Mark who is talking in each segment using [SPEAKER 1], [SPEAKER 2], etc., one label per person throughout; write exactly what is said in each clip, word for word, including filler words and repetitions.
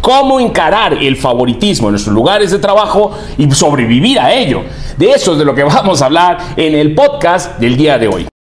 [SPEAKER 1] cómo encarar el favoritismo en nuestros lugares de trabajo y sobrevivir a ello. De eso es de lo que vamos a hablar en el podcast del día de hoy.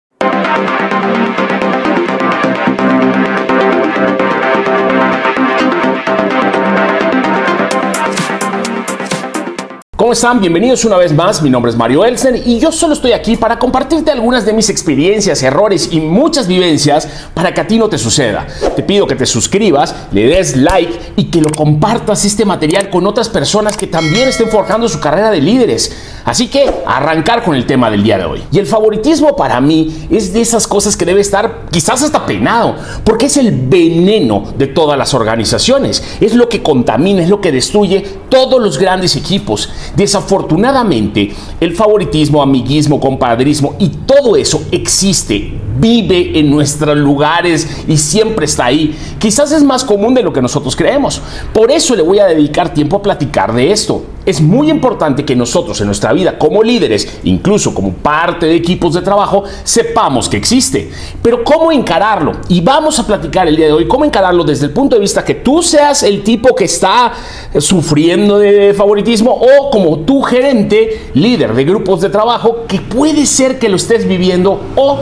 [SPEAKER 1] ¿Cómo están? Bienvenidos una vez más, mi nombre es Mario Elsen y yo solo estoy aquí para compartirte algunas de mis experiencias, errores y muchas vivencias para que a ti no te suceda. Te pido que te suscribas, le des like y que lo compartas este material con otras personas que también estén forjando su carrera de líderes. Así que a arrancar con el tema del día de hoy. Y el favoritismo para mí es de esas cosas que debe estar quizás hasta penado, porque es el veneno de todas las organizaciones. Es lo que contamina, es lo que destruye todos los grandes equipos. Desafortunadamente, el favoritismo, amiguismo, compadrismo y todo eso existe, vive en nuestros lugares y siempre está ahí. Quizás es más común de lo que nosotros creemos. Por eso le voy a dedicar tiempo a platicar de esto. Es muy importante que nosotros en nuestra vida como líderes, incluso como parte de equipos de trabajo, sepamos que existe. Pero ¿cómo encararlo? Y vamos a platicar el día de hoy cómo encararlo desde el punto de vista que tú seas el tipo que está sufriendo de favoritismo o como tu gerente, líder de grupos de trabajo, que puede ser que lo estés viviendo o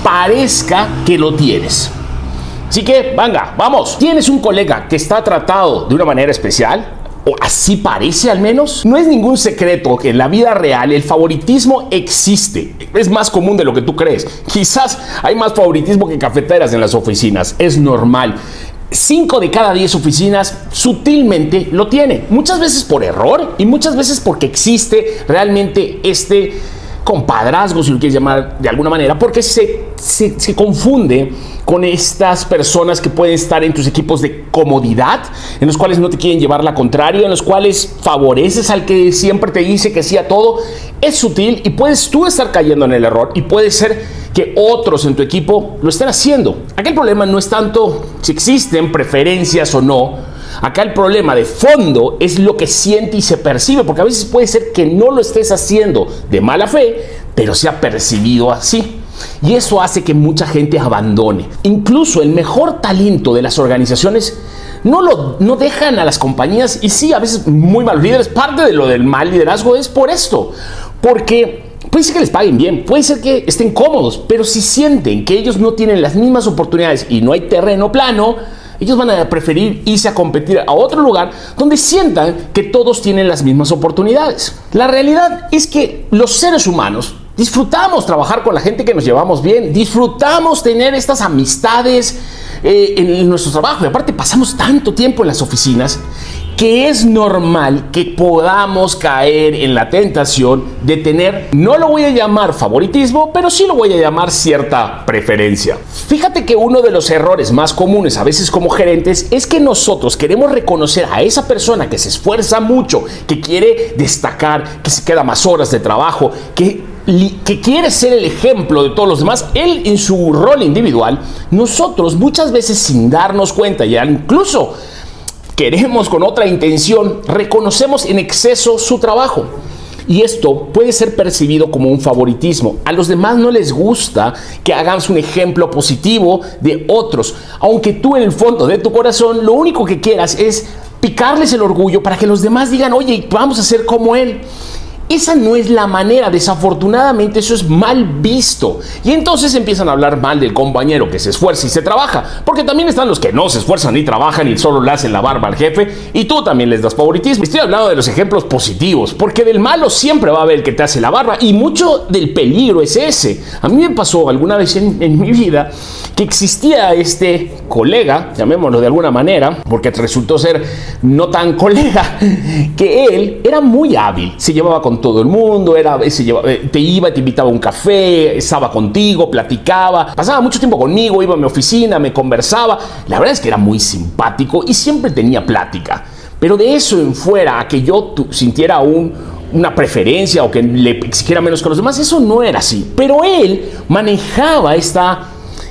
[SPEAKER 1] parezca que lo tienes. Así que, venga, vamos. ¿Tienes un colega que está tratado de una manera especial? ¿O así parece al menos? No es ningún secreto que en la vida real el favoritismo existe. Es más común de lo que tú crees. Quizás hay más favoritismo que cafeteras en las oficinas. Es normal. Cinco de cada diez oficinas sutilmente lo tienen. Muchas veces por error y muchas veces porque existe realmente este compadrazgo, si lo quieres llamar de alguna manera, porque se, se, se confunde con estas personas que pueden estar en tus equipos de comodidad, en los cuales no te quieren llevar la contraria, en los cuales favoreces al que siempre te dice que sí a todo. Es sutil y puedes tú estar cayendo en el error y puede ser que otros en tu equipo lo estén haciendo. Aquí el problema no es tanto si existen preferencias o no. Acá el problema de fondo es lo que siente y se percibe, porque a veces puede ser que no lo estés haciendo de mala fe, pero se ha percibido así. Y eso hace que mucha gente abandone. Incluso el mejor talento de las organizaciones no lo no dejan a las compañías, y sí, a veces muy malos líderes. Parte de lo del mal liderazgo es por esto, porque puede ser que les paguen bien, puede ser que estén cómodos, pero si sienten que ellos no tienen las mismas oportunidades y no hay terreno plano, ellos van a preferir irse a competir a otro lugar donde sientan que todos tienen las mismas oportunidades. La realidad es que los seres humanos disfrutamos trabajar con la gente que nos llevamos bien, disfrutamos tener estas amistades eh, en nuestro trabajo, y aparte pasamos tanto tiempo en las oficinas que es normal que podamos caer en la tentación de tener, no lo voy a llamar favoritismo, pero sí lo voy a llamar cierta preferencia. Fíjate que uno de los errores más comunes a veces como gerentes es que nosotros queremos reconocer a esa persona que se esfuerza mucho, que quiere destacar, que se queda más horas de trabajo, que que quiere ser el ejemplo de todos los demás, él en su rol individual. Nosotros muchas veces sin darnos cuenta, ya incluso queremos con otra intención, reconocemos en exceso su trabajo. Y esto puede ser percibido como un favoritismo. A los demás no les gusta que hagamos un ejemplo positivo de otros, aunque tú en el fondo de tu corazón lo único que quieras es picarles el orgullo para que los demás digan, oye, vamos a ser como él. Esa no es la manera, desafortunadamente eso es mal visto. Y entonces empiezan a hablar mal del compañero que se esfuerza y se trabaja, porque también están los que no se esfuerzan ni trabajan y solo le hacen la barba al jefe, y tú también les das favoritismo. Estoy hablando de los ejemplos positivos, porque del malo siempre va a haber el que te hace la barba, y mucho del peligro es ese. A mí me pasó alguna vez en, en mi vida que existía este colega, llamémoslo de alguna manera, porque resultó ser no tan colega, que él era muy hábil, se llevaba con todo el mundo, era, se llevaba, te iba, te invitaba a un café, estaba contigo, platicaba, pasaba mucho tiempo conmigo, iba a mi oficina, me conversaba. La verdad es que era muy simpático y siempre tenía plática. Pero de eso en fuera, a que yo sintiera un, una preferencia o que le exigiera menos que los demás, eso no era así. Pero él manejaba esta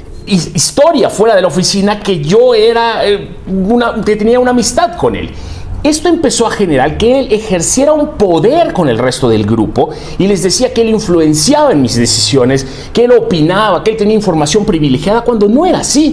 [SPEAKER 1] historia fuera de la oficina que yo era una, que tenía una amistad con él. Esto empezó a generar que él ejerciera un poder con el resto del grupo y les decía que él influenciaba en mis decisiones, que él opinaba, que él tenía información privilegiada cuando no era así.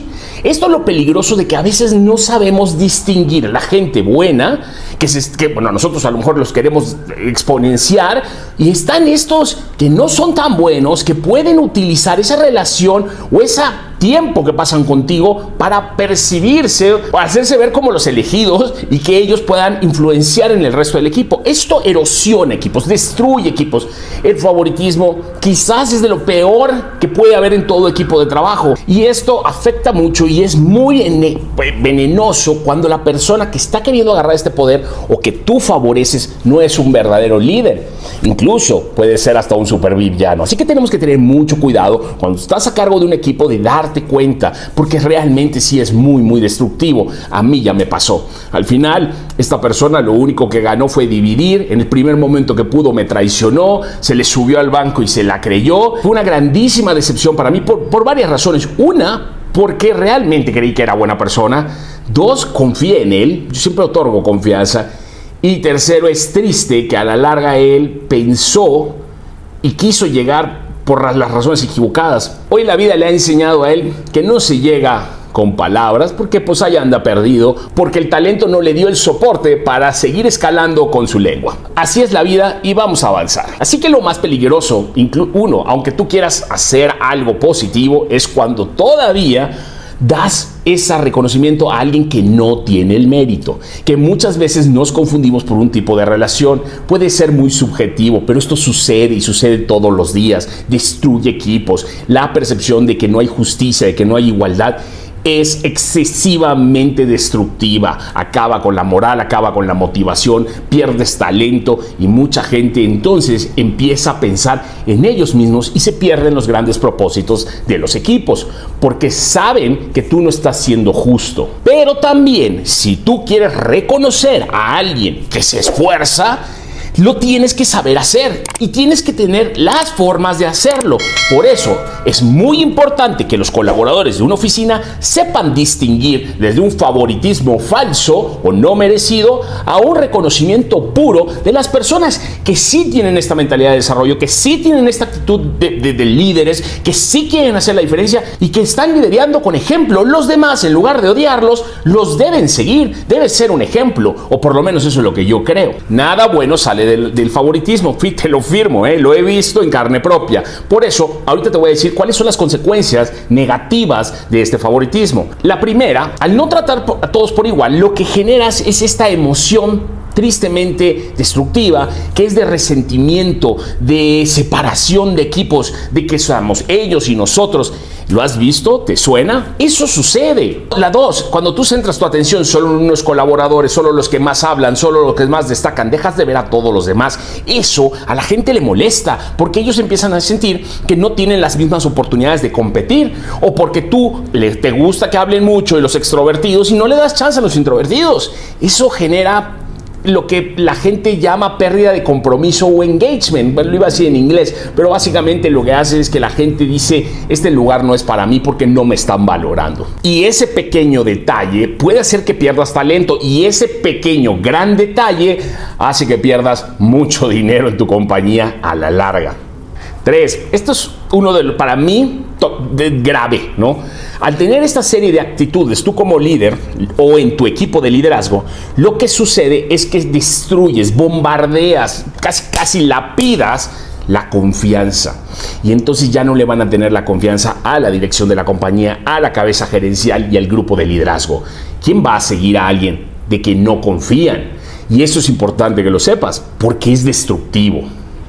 [SPEAKER 1] Esto es lo peligroso de que a veces no sabemos distinguir la gente buena, que, se, que bueno, nosotros a lo mejor los queremos exponenciar, y están estos que no son tan buenos, que pueden utilizar esa relación o ese tiempo que pasan contigo para percibirse, para hacerse ver como los elegidos y que ellos puedan influenciar en el resto del equipo. Esto erosiona equipos, destruye equipos. El favoritismo quizás es de lo peor que puede haber en todo equipo de trabajo, y esto afecta mucho y es muy venenoso cuando la persona que está queriendo agarrar este poder o que tú favoreces no es un verdadero líder. Incluso puede ser hasta un supervillano. Así que tenemos que tener mucho cuidado cuando estás a cargo de un equipo de darte cuenta, porque realmente sí es muy muy destructivo. A mí ya me pasó. Al final esta persona lo único que ganó fue dividir. En el primer momento que pudo me traicionó, se le subió al banco y se la creyó. Fue una grandísima decepción para mí por, por varias razones. Una, porque realmente creí que era buena persona. Dos, confié en él. Yo siempre otorgo confianza. Y tercero, es triste que a la larga él pensó y quiso llegar por las razones equivocadas. Hoy la vida le ha enseñado a él que no se llega con palabras, porque pues ahí anda perdido, porque el talento no le dio el soporte para seguir escalando con su lengua. Así es la vida y vamos a avanzar. Así que lo más peligroso, uno, aunque tú quieras hacer algo positivo, es cuando todavía das ese reconocimiento a alguien que no tiene el mérito, que muchas veces nos confundimos por un tipo de relación. Puede ser muy subjetivo, pero esto sucede y sucede todos los días. Destruye equipos. La percepción de que no hay justicia, de que no hay igualdad, es excesivamente destructiva. Acaba con la moral, acaba con la motivación, pierdes talento y mucha gente entonces empieza a pensar en ellos mismos y se pierden los grandes propósitos de los equipos, porque saben que tú no estás siendo justo. Pero también, si tú quieres reconocer a alguien que se esfuerza, lo tienes que saber hacer y tienes que tener las formas de hacerlo. Por eso es muy importante que los colaboradores de una oficina sepan distinguir desde un favoritismo falso o no merecido a un reconocimiento puro de las personas que sí tienen esta mentalidad de desarrollo, que sí tienen esta actitud de, de, de líderes, que sí quieren hacer la diferencia y que están liderando con ejemplo. Los demás, en lugar de odiarlos, los deben seguir, debe ser un ejemplo, o por lo menos eso es lo que yo creo. Nada bueno sale Del, del favoritismo, te lo firmo, ¿eh? Lo he visto en carne propia. Por eso, ahorita te voy a decir cuáles son las consecuencias negativas de este favoritismo. La primera, al no tratar a todos por igual, lo que generas es esta emoción tristemente destructiva, que es de resentimiento, de separación de equipos, de que somos ellos y nosotros. ¿Lo has visto? ¿Te suena? Eso sucede. La dos, cuando tú centras tu atención solo en unos colaboradores, solo los que más hablan, solo los que más destacan, dejas de ver a todos los demás. Eso a la gente le molesta, porque ellos empiezan a sentir que no tienen las mismas oportunidades de competir, o porque tú le, te gusta que hablen mucho y los extrovertidos y no le das chance a los introvertidos. Eso genera lo que la gente llama pérdida de compromiso o engagement. Bueno, lo iba a decir en inglés, pero básicamente lo que hace es que la gente dice: este lugar no es para mí porque no me están valorando. Y ese pequeño detalle puede hacer que pierdas talento, y ese pequeño gran detalle hace que pierdas mucho dinero en tu compañía a la larga. Tres, esto es uno de los, para mí, de grave, ¿no? Al tener esta serie de actitudes, tú como líder o en tu equipo de liderazgo, lo que sucede es que destruyes, bombardeas, casi, casi lapidas la confianza. Y entonces ya no le van a tener la confianza a la dirección de la compañía, a la cabeza gerencial y al grupo de liderazgo. ¿Quién va a seguir a alguien de que no confían? Y eso es importante que lo sepas, porque es destructivo.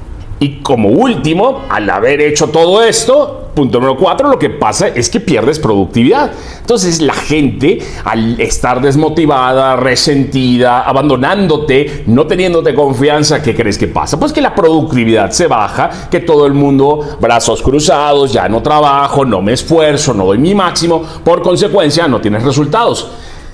[SPEAKER 1] Y como último, al haber hecho todo esto, punto número cuatro, lo que pasa es que pierdes productividad. Entonces la gente, al estar desmotivada, resentida, abandonándote, no teniéndote confianza, ¿qué crees que pasa? Pues que la productividad se baja, que todo el mundo, brazos cruzados, ya no trabajo, no me esfuerzo, no doy mi máximo, por consecuencia no tienes resultados.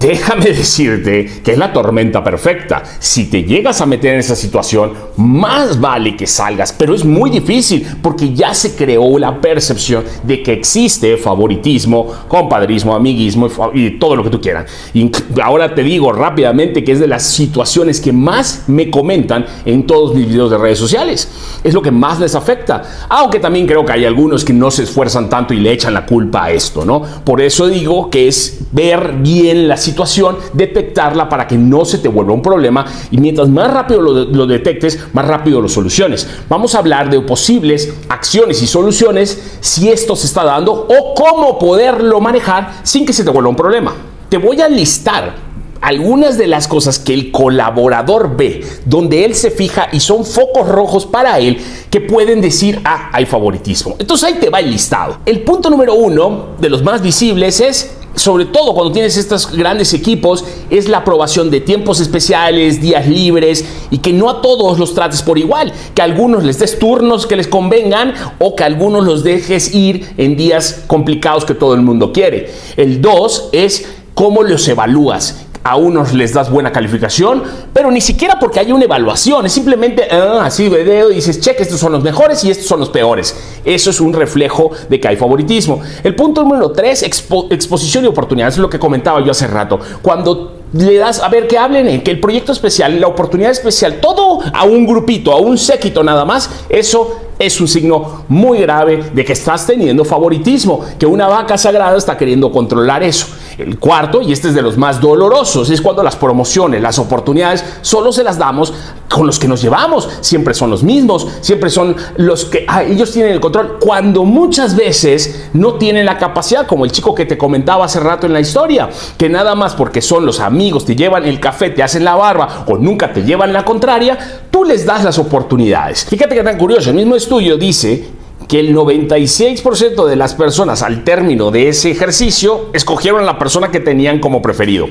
[SPEAKER 1] déjame decirte que es la tormenta perfecta. Si te llegas a meter en esa situación, más vale que salgas, pero es muy difícil porque ya se creó la percepción de que existe favoritismo, compadrismo, amiguismo y todo lo que tú quieras. Y ahora te digo rápidamente que es de las situaciones que más me comentan en todos mis videos de redes sociales. Es lo que más les afecta, aunque también creo que hay algunos que no se esfuerzan tanto y le echan la culpa a esto, ¿no? Por eso digo que es ver bien la situación, detectarla para que no se te vuelva un problema y mientras más rápido lo, lo detectes, más rápido lo soluciones. Vamos a hablar de posibles acciones y soluciones si esto se está dando o cómo poderlo manejar sin que se te vuelva un problema. Te voy a listar algunas de las cosas que el colaborador ve, donde él se fija y son focos rojos para él que pueden decir, ah, hay favoritismo. Entonces ahí te va el listado. El punto número uno de los más visibles es, sobre todo cuando tienes estos grandes equipos, es la aprobación de tiempos especiales, días libres y que no a todos los trates por igual, que a algunos les des turnos que les convengan o que a algunos los dejes ir en días complicados que todo el mundo quiere. El dos es cómo los evalúas. A unos les das buena calificación, pero ni siquiera porque haya una evaluación, es simplemente ah, así de dedo y dices, cheque, estos son los mejores y estos son los peores. Eso es un reflejo de que hay favoritismo. El punto número tres, expo exposición y oportunidades, es lo que comentaba yo hace rato. Cuando le das, a ver, que hablen, que el proyecto especial, la oportunidad especial, todo a un grupito, a un séquito nada más, eso es un signo muy grave de que estás teniendo favoritismo, que una vaca sagrada está queriendo controlar eso. El cuarto, y este es de los más dolorosos, es cuando las promociones, las oportunidades, solo se las damos con los que nos llevamos. Siempre son los mismos, siempre son los que ah, ellos tienen el control, cuando muchas veces no tienen la capacidad, como el chico que te comentaba hace rato en la historia, que nada más porque son los amigos, te llevan el café, te hacen la barba o nunca te llevan la contraria, tú les das las oportunidades. Fíjate que tan curioso, el mismo estudio dice que el noventa y seis por ciento de las personas al término de ese ejercicio escogieron a la persona que tenían como preferido.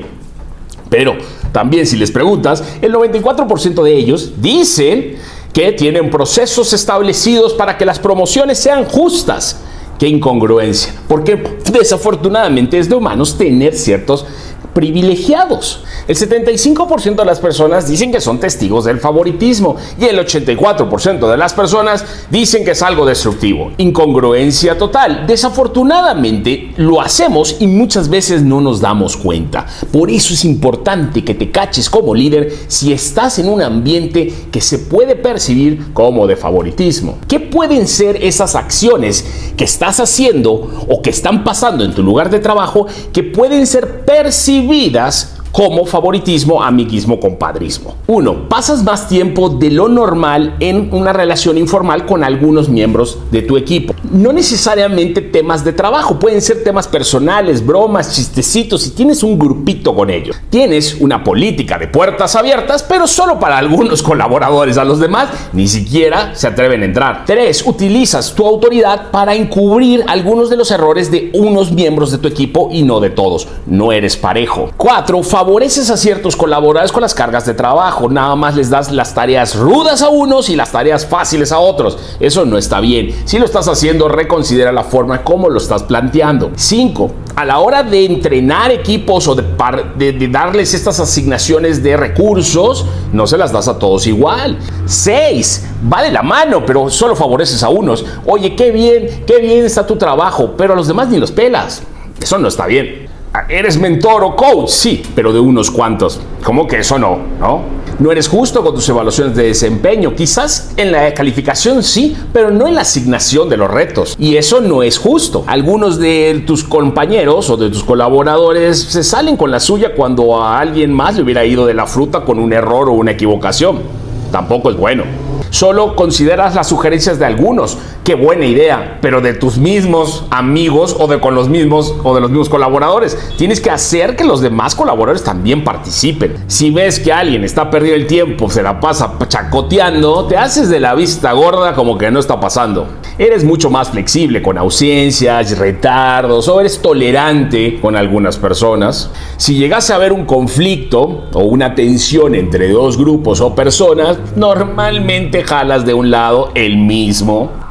[SPEAKER 1] Pero también si les preguntas, el noventa y cuatro por ciento de ellos dicen que tienen procesos establecidos para que las promociones sean justas. ¡Qué incongruencia! Porque desafortunadamente es de humanos tener ciertos privilegiados. El setenta y cinco por ciento de las personas dicen que son testigos del favoritismo y el ochenta y cuatro por ciento de las personas dicen que es algo destructivo. Incongruencia total. Desafortunadamente lo hacemos y muchas veces no nos damos cuenta. Por eso es importante que te caches como líder si estás en un ambiente que se puede percibir como de favoritismo. ¿Qué pueden ser esas acciones que estás haciendo o que están pasando en tu lugar de trabajo que pueden ser percibidas como favoritismo, amiguismo, compadrismo? Uno, pasas más tiempo de lo normal en una relación informal con algunos miembros de tu equipo. No necesariamente temas de trabajo, pueden ser temas personales, bromas, chistecitos, y tienes un grupito con ellos. Tienes una política de puertas abiertas, pero solo para algunos colaboradores. A los demás ni siquiera se atreven a entrar. Tres, utilizas tu autoridad para encubrir algunos de los errores de unos miembros de tu equipo y no de todos. No eres parejo. Cuatro, favoreces a ciertos colaboradores con las cargas de trabajo. Nada más les das las tareas rudas a unos y las tareas fáciles a otros. Eso no está bien. Si lo estás haciendo, reconsidera la forma como lo estás planteando. Cinco, a la hora de entrenar equipos o de, de, de darles estas asignaciones de recursos, no se las das a todos igual. Seis, va de la mano, pero solo favoreces a unos. Oye, qué bien, qué bien está tu trabajo, pero a los demás ni los pelas. Eso no está bien. ¿Eres mentor o coach? Sí, pero de unos cuantos. ¿Cómo que eso no? ¿No? No eres justo con tus evaluaciones de desempeño. Quizás en la calificación sí, pero no en la asignación de los retos. Y eso no es justo. Algunos de tus compañeros o de tus colaboradores se salen con la suya cuando a alguien más le hubiera ido de la fruta con un error o una equivocación. Tampoco es bueno. Solo consideras las sugerencias de algunos. Qué buena idea, pero de tus mismos amigos o de con los mismos o de los mismos colaboradores. Tienes que hacer que los demás colaboradores también participen. Si ves que alguien está perdiendo el tiempo, se la pasa chacoteando, te haces de la vista gorda como que no está pasando. Eres mucho más flexible con ausencias, retardos, o eres tolerante con algunas personas. Si llegase a haber un conflicto o una tensión entre dos grupos o personas, normalmente jalas de un lado el mismo.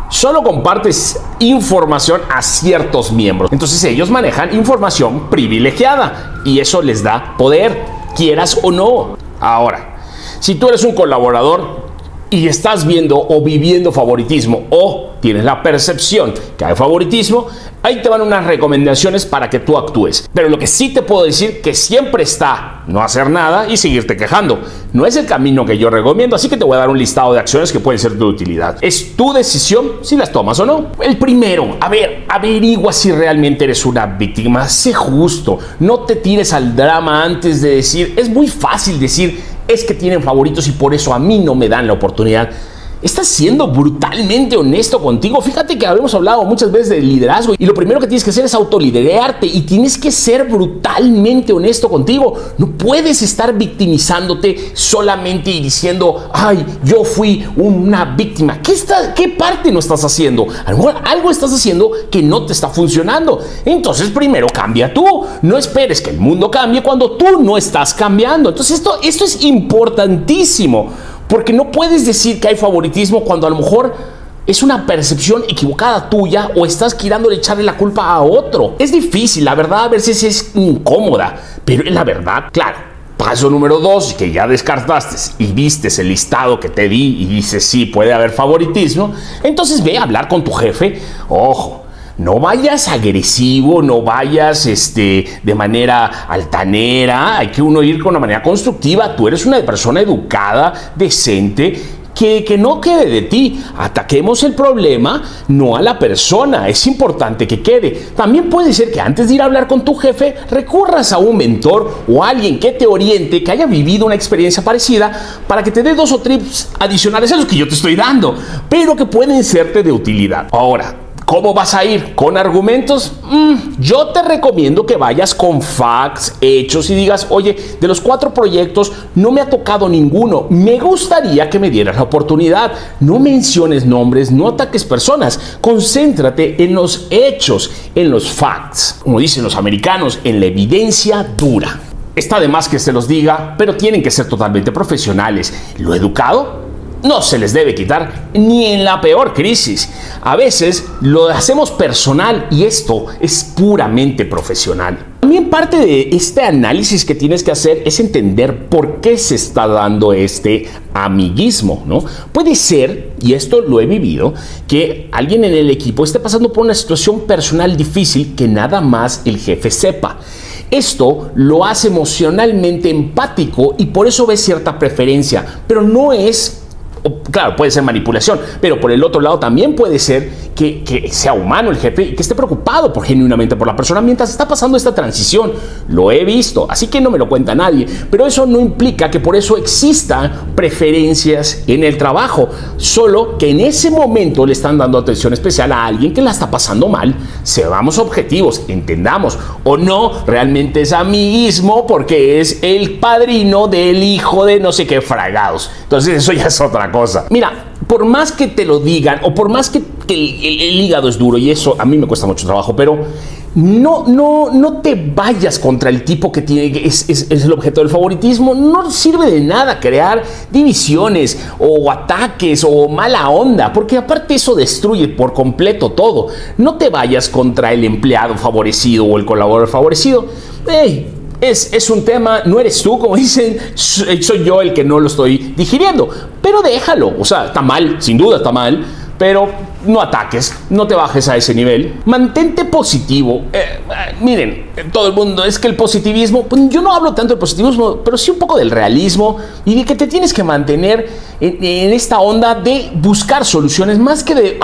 [SPEAKER 1] solo compartes información a ciertos miembros. Entonces ellos manejan información privilegiada y eso les da poder, quieras o no. Ahora, si tú eres un colaborador y estás viendo o viviendo favoritismo o tienes la percepción que hay favoritismo, ahí te van unas recomendaciones para que tú actúes. Pero lo que sí te puedo decir que siempre está no hacer nada y seguirte quejando. No es el camino que yo recomiendo, así que te voy a dar un listado de acciones que pueden ser de utilidad. Es tu decisión si las tomas o no. El primero, a ver, averigua si realmente eres una víctima. Sé justo, no te tires al drama antes de decir. Es muy fácil decir, es que tienen favoritos y por eso a mí no me dan la oportunidad. Estás siendo brutalmente honesto contigo. Fíjate que habíamos hablado muchas veces de liderazgo y lo primero que tienes que hacer es autoliderarte y tienes que ser brutalmente honesto contigo. No puedes estar victimizándote solamente y diciendo, ay, yo fui una víctima. ¿Qué, está, qué parte no estás haciendo? A lo mejor algo estás haciendo que no te está funcionando. Entonces primero cambia tú. No esperes que el mundo cambie cuando tú no estás cambiando. Entonces esto, esto es importantísimo. Porque no puedes decir que hay favoritismo cuando a lo mejor es una percepción equivocada tuya o estás queriendo echarle la culpa a otro. Es difícil, la verdad a veces es incómoda, pero es la verdad, claro. Paso número dos, que ya descartaste y vistes el listado que te di y dices sí, puede haber favoritismo, entonces ve a hablar con tu jefe. Ojo, no vayas agresivo, no vayas este, de manera altanera, hay que uno ir con una manera constructiva. Tú eres una persona educada, decente, que, que no quede de ti. Ataquemos el problema, no a la persona, es importante que quede. También puede ser que antes de ir a hablar con tu jefe, recurras a un mentor o a alguien que te oriente, que haya vivido una experiencia parecida, para que te dé dos o tres adicionales a los que yo te estoy dando, pero que pueden serte de utilidad. Ahora, ¿cómo vas a ir? ¿Con argumentos? Mm, yo te recomiendo que vayas con facts, hechos y digas, oye, de los cuatro proyectos no me ha tocado ninguno. Me gustaría que me dieras la oportunidad. No menciones nombres, no ataques personas. Concéntrate en los hechos, en los facts. Como dicen los americanos, en la evidencia dura. Está de más que se los diga, pero tienen que ser totalmente profesionales. Lo educado no se les debe quitar ni en la peor crisis. A veces lo hacemos personal y esto es puramente profesional. También parte de este análisis que tienes que hacer es entender por qué se está dando este amiguismo, ¿no? Puede ser, y esto lo he vivido, que alguien en el equipo esté pasando por una situación personal difícil que nada más el jefe sepa. Esto lo hace emocionalmente empático y por eso ve cierta preferencia, pero no es... Claro, puede ser manipulación, pero por el otro lado también puede ser que, que sea humano el jefe y que esté preocupado por, genuinamente por la persona mientras está pasando esta transición. Lo he visto, así que no me lo cuenta nadie, pero eso no implica que por eso existan preferencias en el trabajo, solo que en ese momento le están dando atención especial a alguien que la está pasando mal. Seamos objetivos, entendamos, o no, realmente es amiguismo porque es el padrino del hijo de no sé qué fragados. Entonces eso ya es otra cosa. Mira, por más que te lo digan o por más que, que el, el, el hígado es duro y eso a mí me cuesta mucho trabajo, pero no, no, no te vayas contra el tipo que tiene, es, es, es el objeto del favoritismo. No sirve de nada crear divisiones o ataques o mala onda, porque aparte eso destruye por completo todo. No te vayas contra el empleado favorecido o el colaborador favorecido. Hey, Es, es un tema, no eres tú, como dicen, soy yo el que no lo estoy digiriendo, pero déjalo. O sea, está mal, sin duda está mal, pero no ataques, no te bajes a ese nivel, mantente positivo. Eh, eh, miren, todo el mundo, es que el positivismo, pues yo no hablo tanto del positivismo, pero sí un poco del realismo y de que te tienes que mantener en, en esta onda de buscar soluciones, más que de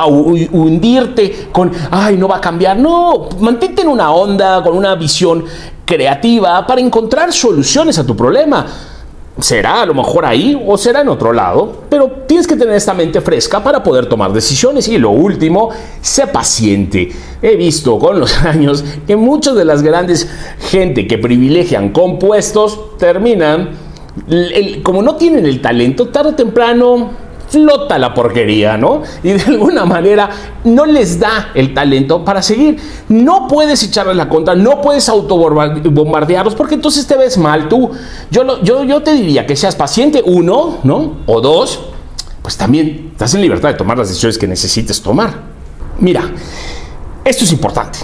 [SPEAKER 1] hundirte con, ay, no va a cambiar. No, mantente en una onda, con una visión creativa para encontrar soluciones a tu problema. Será a lo mejor ahí o será en otro lado, pero tienes que tener esta mente fresca para poder tomar decisiones. Y lo último, sé paciente. He visto con los años que muchas de las grandes gente que privilegian compuestos terminan, el, el, como no tienen el talento, tarde o temprano flota la porquería, ¿no? Y de alguna manera no les da el talento para seguir. No puedes echarles la contra, no puedes autobombardearlos porque entonces te ves mal tú. Yo, lo, yo, yo te diría que seas paciente, uno, ¿no? O dos, pues también estás en libertad de tomar las decisiones que necesites tomar. Mira, esto es importante.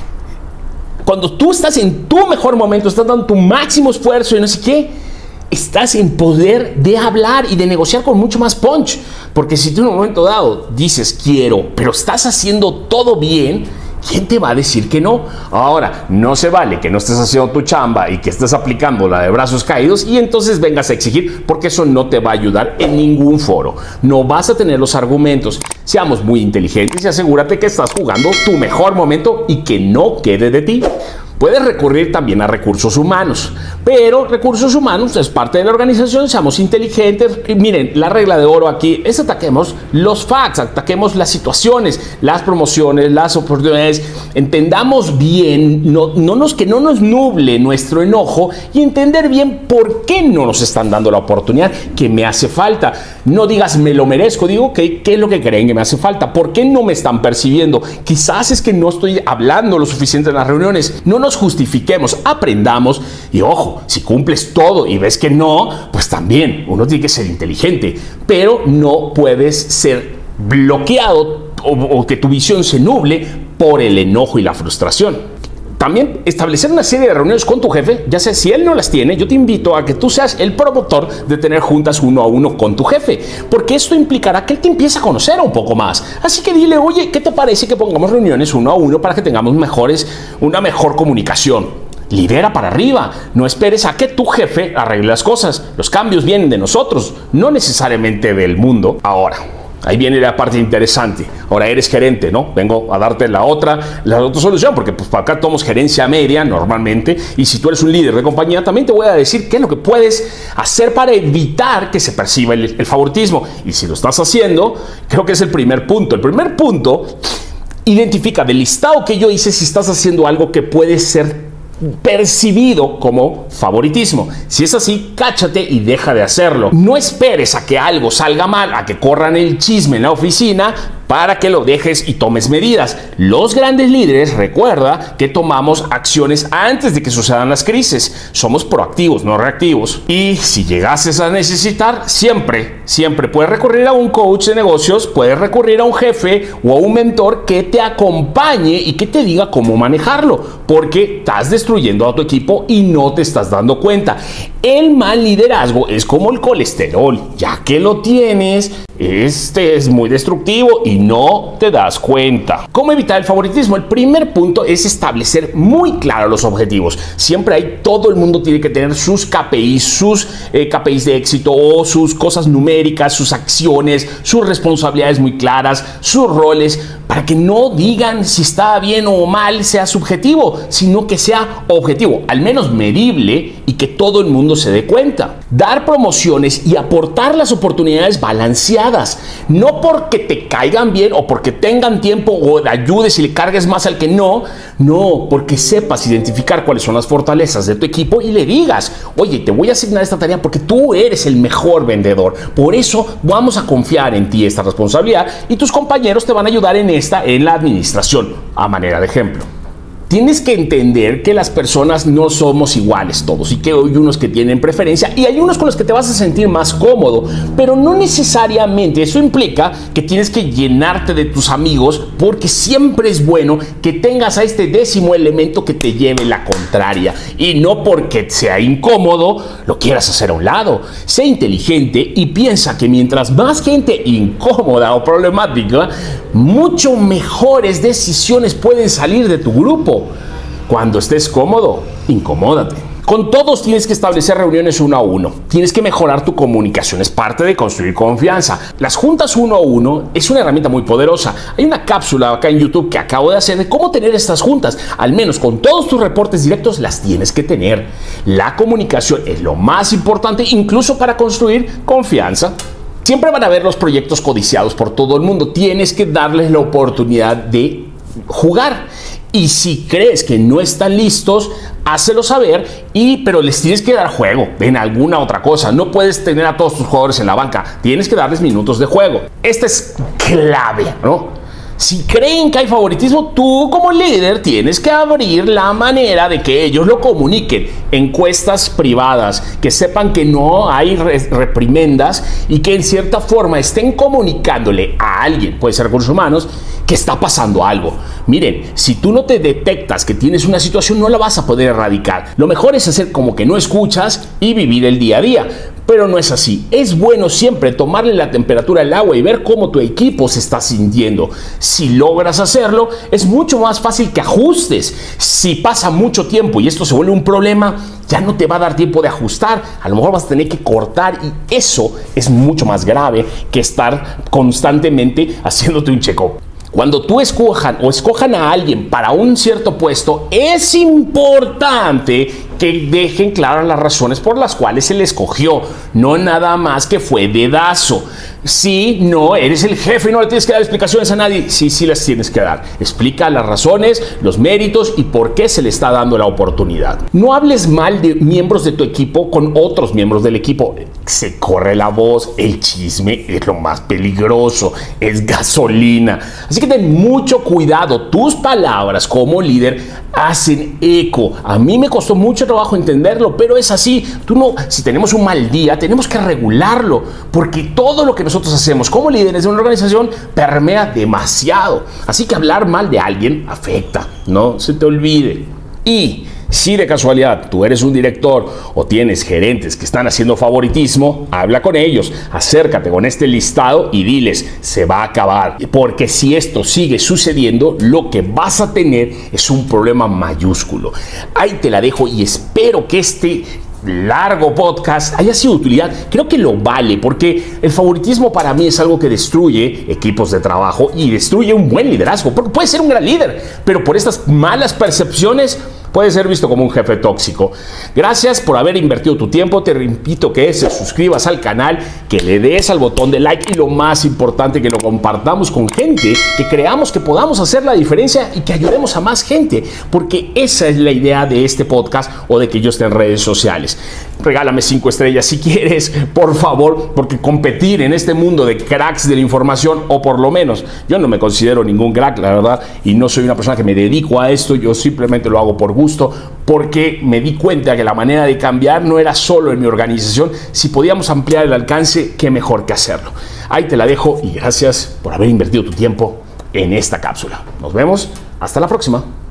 [SPEAKER 1] Cuando tú estás en tu mejor momento, estás dando tu máximo esfuerzo y no sé qué, estás en poder de hablar y de negociar con mucho más punch. Porque si tú en un momento dado dices quiero, pero estás haciendo todo bien, ¿quién te va a decir que no? Ahora, no se vale que no estés haciendo tu chamba y que estés aplicando la de brazos caídos y entonces vengas a exigir, porque eso no te va a ayudar en ningún foro. No vas a tener los argumentos. Seamos muy inteligentes y asegúrate que estás jugando tu mejor momento y que no quede de ti. Puedes recurrir también a recursos humanos, pero recursos humanos es parte de la organización, seamos inteligentes. Y miren, la regla de oro aquí es ataquemos los facts, ataquemos las situaciones, las promociones, las oportunidades, entendamos bien, no, no nos, que no nos nuble nuestro enojo y entender bien por qué no nos están dando la oportunidad que me hace falta. No digas me lo merezco, digo que qué es lo que creen que me hace falta, por qué no me están percibiendo. Quizás es que no estoy hablando lo suficiente en las reuniones. No nos justifiquemos, aprendamos y ojo, si cumples todo y ves que no, pues también uno tiene que ser inteligente, pero no puedes ser bloqueado o, o que tu visión se nuble por el enojo y la frustración. También establecer una serie de reuniones con tu jefe, ya sea si él no las tiene, yo te invito a que tú seas el promotor de tener juntas uno a uno con tu jefe, porque esto implicará que él te empiece a conocer un poco más. Así que dile, oye, ¿qué te parece que pongamos reuniones uno a uno para que tengamos mejores, una mejor comunicación? Lidera para arriba, no esperes a que tu jefe arregle las cosas. Los cambios vienen de nosotros, no necesariamente del mundo. Ahora, ahí viene la parte interesante. Ahora eres gerente, ¿no? Vengo a darte la otra, la otra solución, porque pues para acá tomamos gerencia media normalmente, y si tú eres un líder de compañía, también te voy a decir qué es lo que puedes hacer para evitar que se perciba el, el favoritismo. Y si lo estás haciendo, creo que es el primer punto. El primer punto, identifica del listado que yo hice si estás haciendo algo que puede ser percibido como favoritismo. Si es así, cáchate y deja de hacerlo. No esperes a que algo salga mal, a que corran el chisme en la oficina para que lo dejes y tomes medidas. Los grandes líderes, recuerda que tomamos acciones antes de que sucedan las crisis. Somos proactivos, no reactivos. Y si llegases a necesitar, siempre, siempre puedes recurrir a un coach de negocios, puedes recurrir a un jefe o a un mentor que te acompañe y que te diga cómo manejarlo, porque estás destruyendo a tu equipo y no te estás dando cuenta. El mal liderazgo es como el colesterol, ya que lo tienes, este es muy destructivo y no te das cuenta. ¿Cómo evitar el favoritismo? El primer punto es establecer muy claros los objetivos. Siempre hay, todo el mundo tiene que tener sus K P Is, sus eh, K P Is de éxito o sus cosas numéricas, sus acciones, sus responsabilidades muy claras, sus roles, para que no digan si está bien o mal, sea subjetivo, sino que sea objetivo, al menos medible y que todo el mundo se dé cuenta. Dar promociones y aportar las oportunidades balanceadas, no porque te caigan bien o porque tengan tiempo o ayudes y le cargues más al que no, no, porque sepas identificar cuáles son las fortalezas de tu equipo y le digas, oye, te voy a asignar esta tarea porque tú eres el mejor vendedor, por eso vamos a confiar en ti esta responsabilidad y tus compañeros te van a ayudar en esta, en la administración, a manera de ejemplo. Tienes que entender que las personas no somos iguales todos y que hay unos que tienen preferencia y hay unos con los que te vas a sentir más cómodo, pero no necesariamente eso implica que tienes que llenarte de tus amigos, porque siempre es bueno que tengas a este décimo elemento que te lleve la contraria y no porque sea incómodo lo quieras hacer a un lado. Sé inteligente y piensa que mientras más gente incómoda o problemática, mucho mejores decisiones pueden salir de tu grupo. Cuando estés cómodo, incomódate. Con todos tienes que establecer reuniones uno a uno. Tienes que mejorar tu comunicación, es parte de construir confianza. Las juntas uno a uno es una herramienta muy poderosa. Hay una cápsula acá en YouTube que acabo de hacer de cómo tener estas juntas. Al menos con todos tus reportes directos las tienes que tener. La comunicación es lo más importante, incluso para construir confianza. Siempre van a haber los proyectos codiciados por todo el mundo. Tienes que darles la oportunidad de jugar. Y si crees que no están listos, hácelo saber, y, pero les tienes que dar juego en alguna otra cosa. No puedes tener a todos tus jugadores en la banca. Tienes que darles minutos de juego. Esta es clave, ¿no? Si creen que hay favoritismo, tú como líder tienes que abrir la manera de que ellos lo comuniquen. Encuestas privadas, que sepan que no hay reprimendas y que en cierta forma estén comunicándole a alguien, puede ser recursos humanos, que está pasando algo. Miren, si tú no te detectas que tienes una situación, no la vas a poder erradicar. Lo mejor es hacer como que no escuchas y vivir el día a día. Pero no es así. Es bueno siempre tomarle la temperatura al agua y ver cómo tu equipo se está sintiendo. Si logras hacerlo, es mucho más fácil que ajustes. Si pasa mucho tiempo y esto se vuelve un problema, ya no te va a dar tiempo de ajustar. A lo mejor vas a tener que cortar y eso es mucho más grave que estar constantemente haciéndote un check-up. Cuando tú escojan o escojan a alguien para un cierto puesto, es importante que dejen claras las razones por las cuales se le escogió, no nada más que fue dedazo. Si no eres el jefe y no le tienes que dar explicaciones a nadie, sí, sí las tienes que dar. Explica las razones, los méritos y por qué se le está dando la oportunidad. No hables mal de miembros de tu equipo con otros miembros del equipo. Se corre la voz, el chisme es lo más peligroso, es gasolina. Así que ten mucho cuidado, tus palabras como líder hacen eco. A mí me costó mucho trabajo entenderlo, pero es así. Tú no, si tenemos un mal día, tenemos que regularlo, porque todo lo que nosotros hacemos como líderes de una organización permea demasiado. Así que hablar mal de alguien afecta, no se te olvide. Y si de casualidad tú eres un director o tienes gerentes que están haciendo favoritismo, habla con ellos, acércate con este listado y diles, se va a acabar. Porque si esto sigue sucediendo, lo que vas a tener es un problema mayúsculo. Ahí te la dejo y espero que este largo podcast haya sido de utilidad. Creo que lo vale, porque el favoritismo para mí es algo que destruye equipos de trabajo y destruye un buen liderazgo, porque puede ser un gran líder, pero por estas malas percepciones puede ser visto como un jefe tóxico. Gracias por haber invertido tu tiempo. Te repito que te suscribas al canal, que le des al botón de like y lo más importante, que lo compartamos con gente, que creamos que podamos hacer la diferencia y que ayudemos a más gente, porque esa es la idea de este podcast o de que yo esté en redes sociales. Regálame cinco estrellas si quieres, por favor, porque competir en este mundo de cracks de la información, o por lo menos yo no me considero ningún crack, la verdad, y no soy una persona que me dedico a esto, yo simplemente lo hago por gusto, porque me di cuenta que la manera de cambiar no era solo en mi organización. Si podíamos ampliar el alcance, qué mejor que hacerlo. Ahí te la dejo y gracias por haber invertido tu tiempo en esta cápsula. Nos vemos, hasta la próxima.